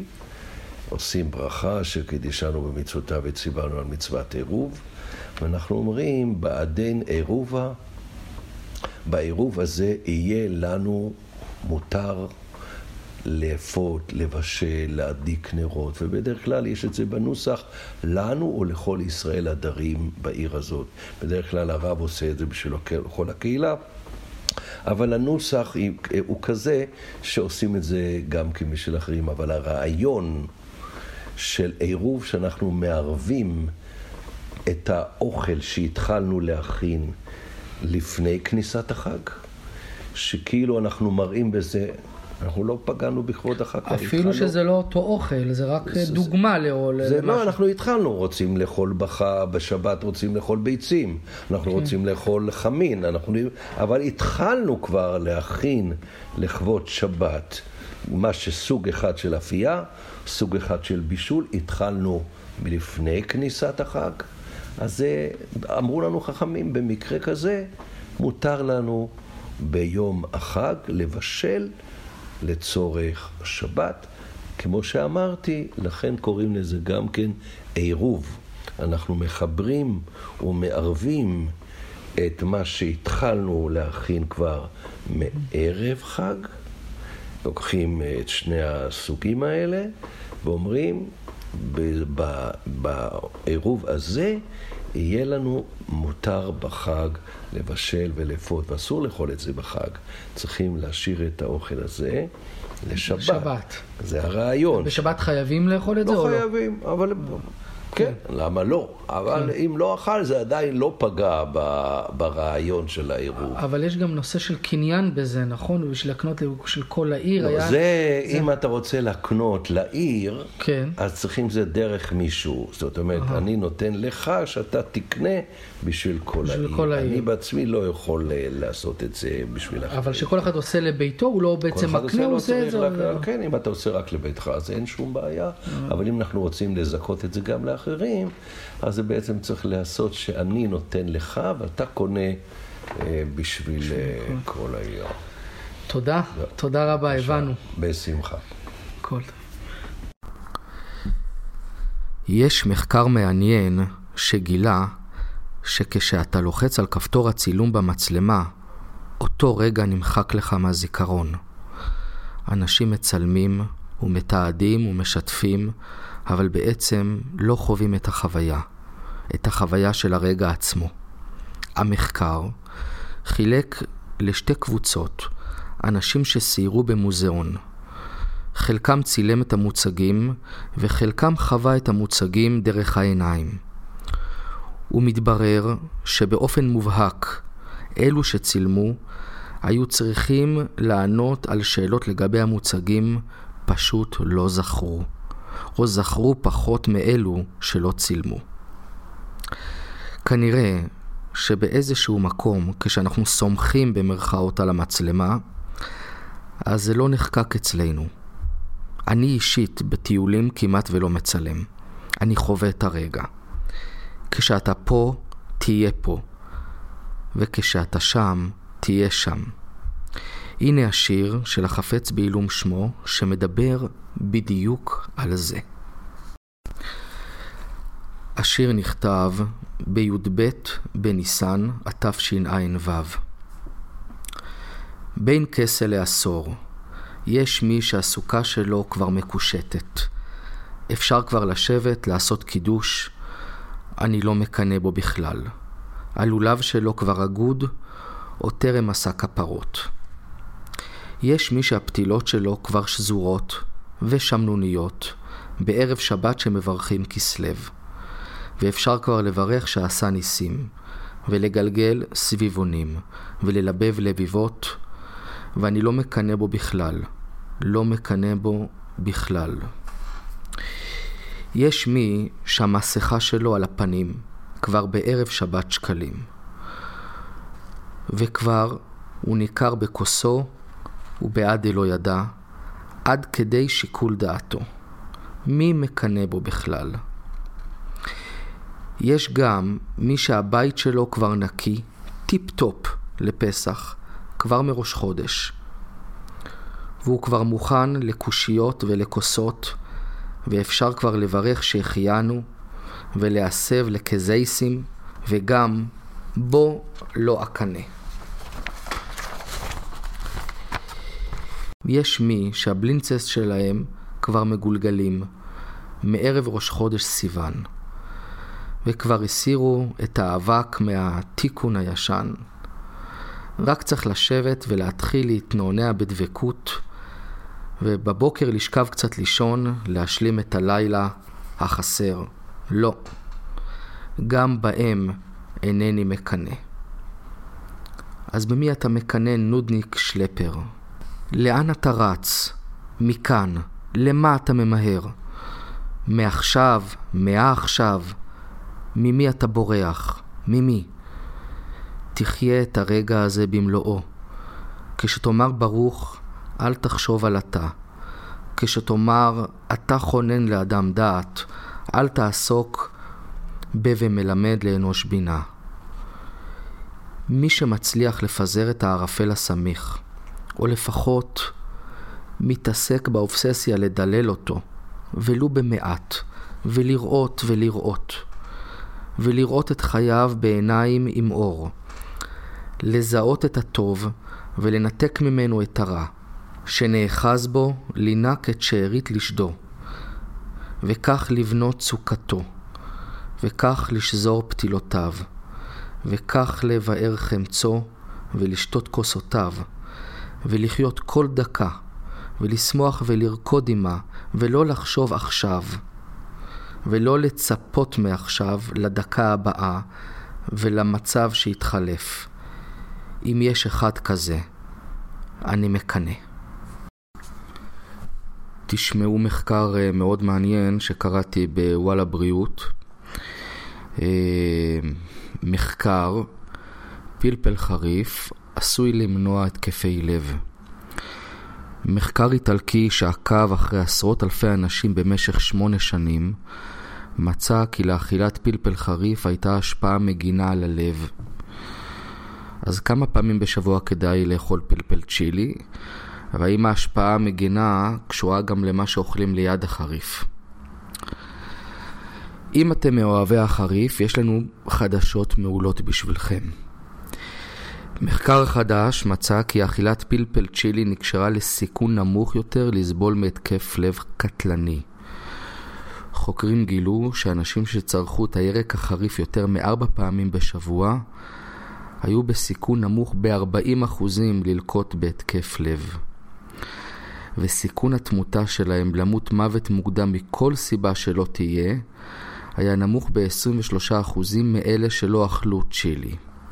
עושים ברכה שקידשנו במצוותיו וציוונו על מצוות עירוב. ואנחנו אומרים, בעדין עירובה, בעירוב הזה יהיה לנו מותר לאפות, לבשל, להדליק נרות, ובדרך כלל יש את זה בנוסח לנו או לכל ישראל הדרים בעיר הזאת. בדרך כלל הרב עושה את זה בשביל כל הקהילה, אבל הנוסח הוא כזה שעושים את זה גם כמשל אחרים. אבל הרעיון של עירוב שאנחנו מערבים את האוכל שהתחלנו להכין לפני כניסת החג, שכאילו אנחנו מראים בזה, אנחנו לא פגענו בכבוד החג. אפילו שזה לא אותו אוכל, זה רק דוגמה לאול. זה לא, אנחנו התחלנו, רוצים לאכול בחה, בשבת רוצים לאכול ביצים, אנחנו רוצים לאכול חמין, אבל התחלנו כבר להכין לכבוד שבת, מה שסוג אחד של אפייה, סוג אחד של בישול, התחלנו מלפני כניסת החג. אז אמרו לנו חכמים, במקרה כזה מותר לנו ביום החג לבשל לצורך שבת. כמו שאמרתי, לכן קוראים לזה גם כן עירוב. אנחנו מחברים ומערבים את מה שהתחלנו להכין כבר מערב חג, לוקחים את שני הסוגים האלה ואומרים, בעירוב הזה יהיה לנו מותר בחג לבשל ולאפות, ואסור לאכול את זה בחג. צריכים להשאיר את האוכל הזה לשבת. שבת. זה הרעיון. בשבת חייבים לאכול את זה לא או לא? חייבים, אבל כן, למה לא? אבל אם לא אכל, זה עדיין לא פגע ברעיון של העירוב. אבל יש גם נושא של קניין בזה, נכון? בשביל לקנות של כל העיר. זה, אם אתה רוצה לקנות לעיר, אז צריכים זה דרך מישהו. זאת אומרת, אני נותן לך שאתה תקנה בשביל כל העיר. אני בעצמי לא יכול לעשות את זה בשביל אחרים. אבל שכל אחד עושה לביתו, הוא לא בעצם מקנה, הוא עושה את זה. כן, אם אתה עושה רק לביתך, אז אין שום בעיה. אבל אם אנחנו רוצים לזכות את זה גם לאחרים, אז זה בעצם צריך לעשות שאני נותן לך ואתה קונה אה, בשביל אה, כל העיר. תודה, תודה רבה, הבנו. בשמחה. כל. יש מחקר מעניין שגילה שכשאתה לוחץ על כפתור הצילום במצלמה, אותו רגע נמחק לך מהזיכרון. אנשים מצלמים ומתעדים ומשתפים, אבל בעצם לא חווים את החוויה, את החוויה של הרגע עצמו. המחקר חילק לשתי קבוצות, אנשים שסיירו במוזיאון. חלקם צילם את המוצגים, וחלקם חווה את המוצגים דרך העיניים. ומתברר שבאופן מובהק, אלו שצילמו היו צריכים לענות על שאלות לגבי המוצגים, פשוט לא זכרו, או זכרו פחות מאלו שלא צילמו. כנראה שבאיזשהו מקום, כשאנחנו סומכים במרכאות על המצלמה, אז זה לא נחקק אצלנו. אני אישית בטיולים כמעט ולא מצלם. אני חווה את הרגע. כשאתה פה, תהיה פה. וכשאתה שם, תהיה שם. הנה השיר של החפץ בעילום שמו, שמדבר בדיוק על זה. השיר נכתב בי"ב בניסן התשע"ו. בין כסה לעשור, יש מי שהסוכה שלו כבר מקושטת. אפשר כבר לשבת, לעשות קידוש, אני לא מקנה בו בכלל. הלולב שלו כבר אגוד, או טרם עשה כפרות. יש מי שהפתילות שלו כבר שזורות ושמנוניות, בערב שבת שמברכים כסלב. ואפשר כבר לברך שעשה ניסים, ולגלגל סביבונים, וללבב לביבות, ואני לא מקנה בו בכלל, לא מקנה בו בכלל. יש מי שהמסכה שלו על הפנים, כבר בערב שבת שקלים. וכבר הוא ניכר בכוסו, ובעד אלו ידע, עד כדי שיקול דעתו. מי מקנה בו בכלל? יש גם מי שהבית שלו כבר נקי, טיפ-טופ לפסח, כבר מראש חודש. והוא כבר מוכן לקושיות ולכוסות, ואפשר כבר לברך שהחיינו, ולהסב לכזייסים, וגם בו לא אקנה. יש מי שהבלינצס שלהם כבר מגולגלים, מערב ראש חודש סיוון. וכבר הסירו את האבק מהתיקון הישן. רק צריך לשבת ולהתחיל להתנענע בדבקות, ובבוקר לשכב קצת לישון, להשלים את הלילה החסר. לא. גם בהם אינני מקנה. אז במי אתה מקנה נודניק שלפר? לאן אתה רץ? מכאן. למה אתה ממהר? מעכשיו, מעכשיו. ממי אתה בורח? ממי? תחיה את הרגע הזה במלואו. כשתאמר ברוך, אל תחשוב על אתה. כשתאמר, אתה חונן לאדם דעת, אל תעסוק ב"ומלמד לאנוש בינה". מי שמצליח לפזר את הערפל הסמיך, או לפחות מתעסק באובססיה לדלל אותו, ולו במעט, ולראות ולראות, ולראות את חייו בעיניים עם אור, לזהות את הטוב ולנתק ממנו את הרע, שנאחז בו לינק את שארית לשדו, וכך לבנות סוכתו, וכך לשזור פתילותיו, וכך לבאר חמצו ולשתות כוסותיו, ולחיות כל דקה, ולשמוח ולרקוד עמה, ולא לחשוב עכשיו. ולא לצפות מעכשיו לדקה הבאה ולמצב שיתחלף. אם יש אחד כזה, אני מקנה. תשמעו מחקר מאוד מעניין שקראתי בוואלה בריאות. מחקר, פלפל חריף עשוי למנוע התקפי לב. מחקר איטלקי שעקב אחרי עשרות אלפי אנשים במשך שמונה שנים, מצא כי לאכילת פלפל חריף הייתה השפעה מגינה על הלב. אז כמה פעמים בשבוע כדאי לאכול פלפל צ'ילי? והאם ההשפעה המגינה קשורה גם למה שאוכלים ליד החריף? אם אתם מאוהבי החריף, יש לנו חדשות מעולות בשבילכם. מחקר חדש מצא כי אכילת פלפל צ'ילי נקשרה לסיכון נמוך יותר לסבול מהתקף לב קטלני. חוקרים גילו שאנשים שצרכו את הירק החריף יותר מארבע פעמים בשבוע, היו בסיכון נמוך ב-ארבעים אחוזים ללקות בהתקף לב. וסיכון התמותה שלהם למות מוות מוקדם מכל סיבה שלא תהיה, היה נמוך ב-עשרים ושלושה אחוזים מאלה שלא אכלו צ'ילי.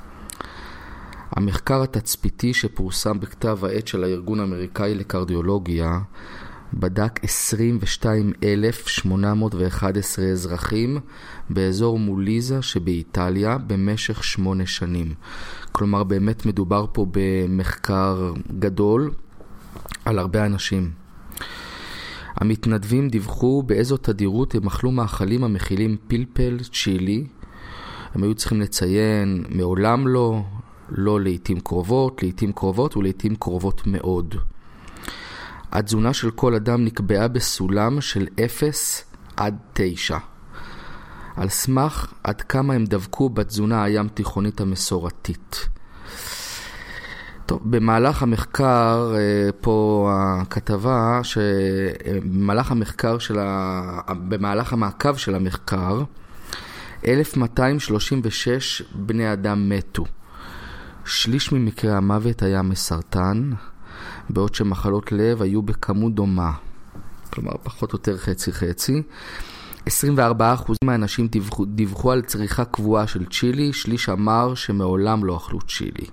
המחקר התצפיתי שפורסם בכתב העת של הארגון האמריקאי לקרדיולוגיה בדק עשרים ושתיים אלף שמונה מאות ואחד עשרה אזרחים באזור מוליזה שבאיטליה במשך שמונה שנים. כלומר באמת מדובר פה במחקר גדול על הרבה אנשים. המתנדבים דיווחו באיזו תדירות הם אכלו מאכלים המכילים פלפל צ'ילי. הם היו צריכים לציין מעולם לא, לא לעתים קרובות, לעתים קרובות ולעתים קרובות מאוד. התזונה של כל אדם נקבעה בסולם של אפס עד תשע. על סמך עד כמה הם דבקו בתזונה הים תיכונית המסורתית. טוב, במהלך המחקר, פה הכתבה, שבמהלך המחקר של ה... במהלך המעקב של המחקר, אלף מאתיים שלושים ושש בני אדם מתו. שליש ממקרי המוות היה מסרטן, בעוד שמחלות לב היו בכמות דומה. כלומר, פחות או יותר חצי חצי. עשרים וארבעה אחוז מהאנשים דיווחו, דיווחו על צריכה קבועה של צ'ילי, שליש אמר שמעולם לא אכלו צ'ילי.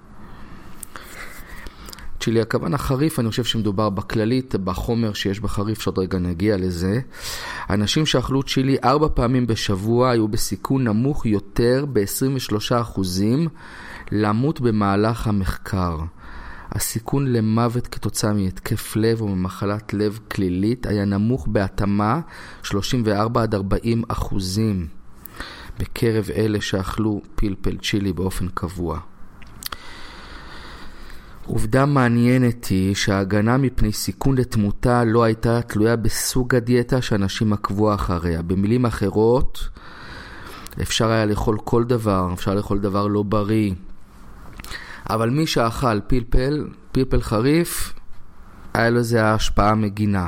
צ'ילי, הכוונה חריף, אני חושב שמדובר בכללית, בחומר שיש בחריף, שעוד רגע נגיע לזה. אנשים שאכלו צ'ילי ארבע פעמים בשבוע היו בסיכון נמוך יותר ב-עשרים ושלושה אחוזים למות במהלך המחקר. הסיכון למוות כתוצאה מהתקף לב או ממחלת לב כלילית היה נמוך בהתאמה שלושים וארבעה עד ארבעים אחוזים בקרב אלה שאכלו פלפל צ'ילי באופן קבוע. עובדה מעניינת היא שההגנה מפני סיכון לתמותה לא הייתה תלויה בסוג הדיאטה שאנשים עקבו אחריה. במילים אחרות, אפשר היה לאכול כל דבר, אפשר לאכול דבר לא בריא. אבל מי שאכל פלפל, פלפל חריף, היה לו זה ההשפעה מגינה.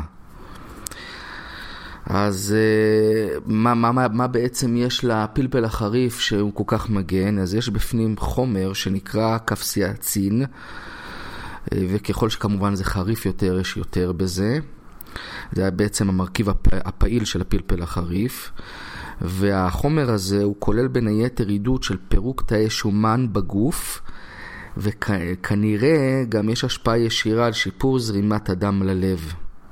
אז מה, מה, מה בעצם יש לפלפל החריף שהוא כל כך מגן? אז יש בפנים חומר שנקרא קפסיאצין, וככל שכמובן זה חריף יותר, יש יותר בזה. זה בעצם המרכיב הפעיל של הפלפל החריף. והחומר הזה הוא כולל בין היתר עידוד של פירוק תאי שומן בגוף, וכנראה גם יש השפעה ישירה על שיפור זרימת הדם ללב.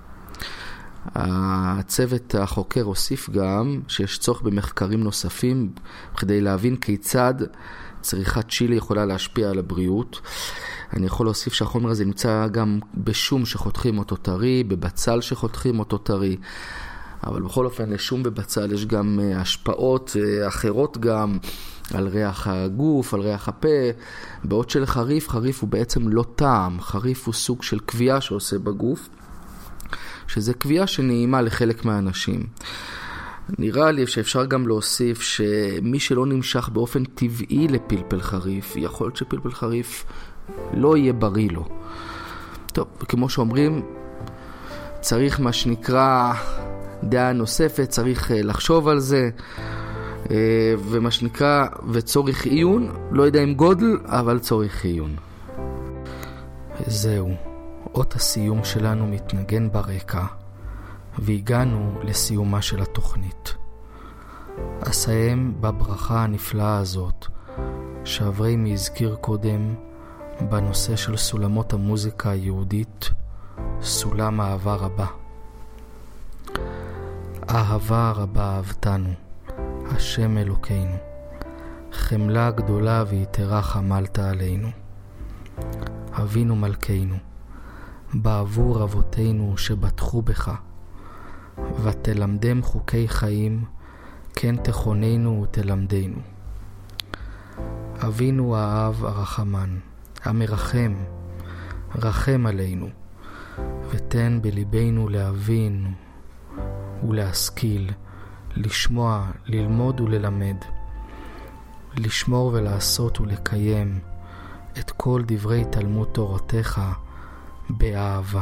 הצוות החוקר הוסיף גם שיש צורך במחקרים נוספים כדי להבין כיצד צריכת צ'ילי יכולה להשפיע על הבריאות. אני יכול להוסיף שהחומר הזה נמצא גם בשום שחותכים אותו טרי, בבצל שחותכים אותו טרי. אבל בכל אופן לשום בבצל יש גם השפעות אחרות גם על ריח הגוף, על ריח הפה. בעוד של חריף, חריף הוא בעצם לא טעם. חריף הוא סוג של קביעה שעושה בגוף, שזה קביעה שנעימה לחלק מהאנשים. נראה לי שאפשר גם להוסיף שמי שלא נמשך באופן טבעי לפלפל חריף, יכול להיות שפלפל חריף לא יהיה בריא לו. טוב, כמו שאומרים, צריך מה שנקרא דעה נוספת, צריך לחשוב על זה, ומה שנקרא, וצורך עיון, לא יודע אם גודל, אבל צורך עיון. זהו, אות הסיום שלנו מתנגן ברקע, והגענו לסיומה של התוכנית. אסיים בברכה הנפלאה הזאת שאבריימי הזכיר קודם בנושא של סולמות המוזיקה היהודית, סולם אהבה רבה. אהבה רבה אהבתנו, השם אלוקינו, חמלה גדולה ויתרה חמלת עלינו. אבינו מלכנו, בעבור אבותינו שבטחו בך, ותלמדם חוקי חיים, כן תכוננו ותלמדנו. אבינו האב הרחמן, המרחם, רחם עלינו, ותן בליבנו להבין ולהשכיל, לשמוע, ללמוד וללמד, לשמור ולעשות ולקיים את כל דברי תלמוד תורתך באהבה.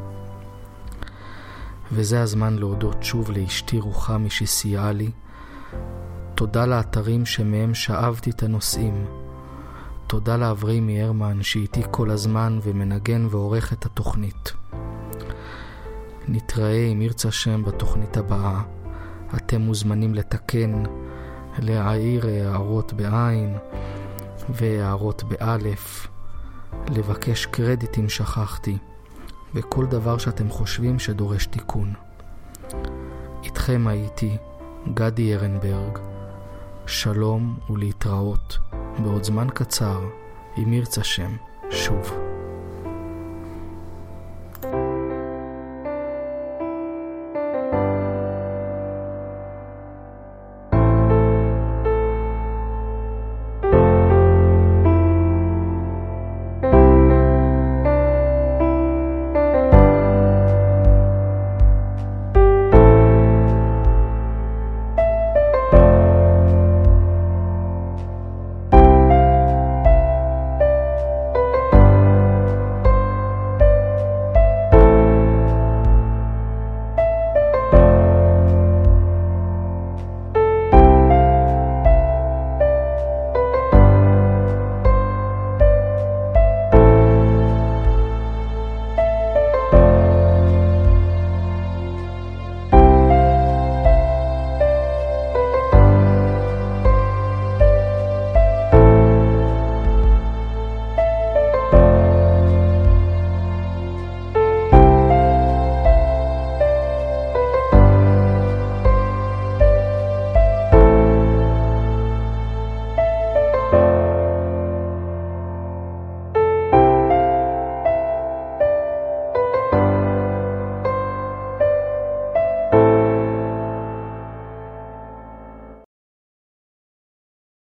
וזה הזמן להודות שוב לאשתי רוחמי שסייעה לי. תודה לאתרים שמהם שאבתי את הנושאים. תודה לאבריימי הרמן שאיתי כל הזמן ומנגן ועורך את התוכנית. נתראה אם ירצה השם בתוכנית הבאה. אתם מוזמנים לתקן, להעיר הערות בעין והערות באלף, לבקש קרדיט אם שכחתי, וכל דבר שאתם חושבים שדורש תיקון. איתכם הייתי גדי ארנברג. שלום ולהתראות בעוד זמן קצר, אם ירצה השם, שוב.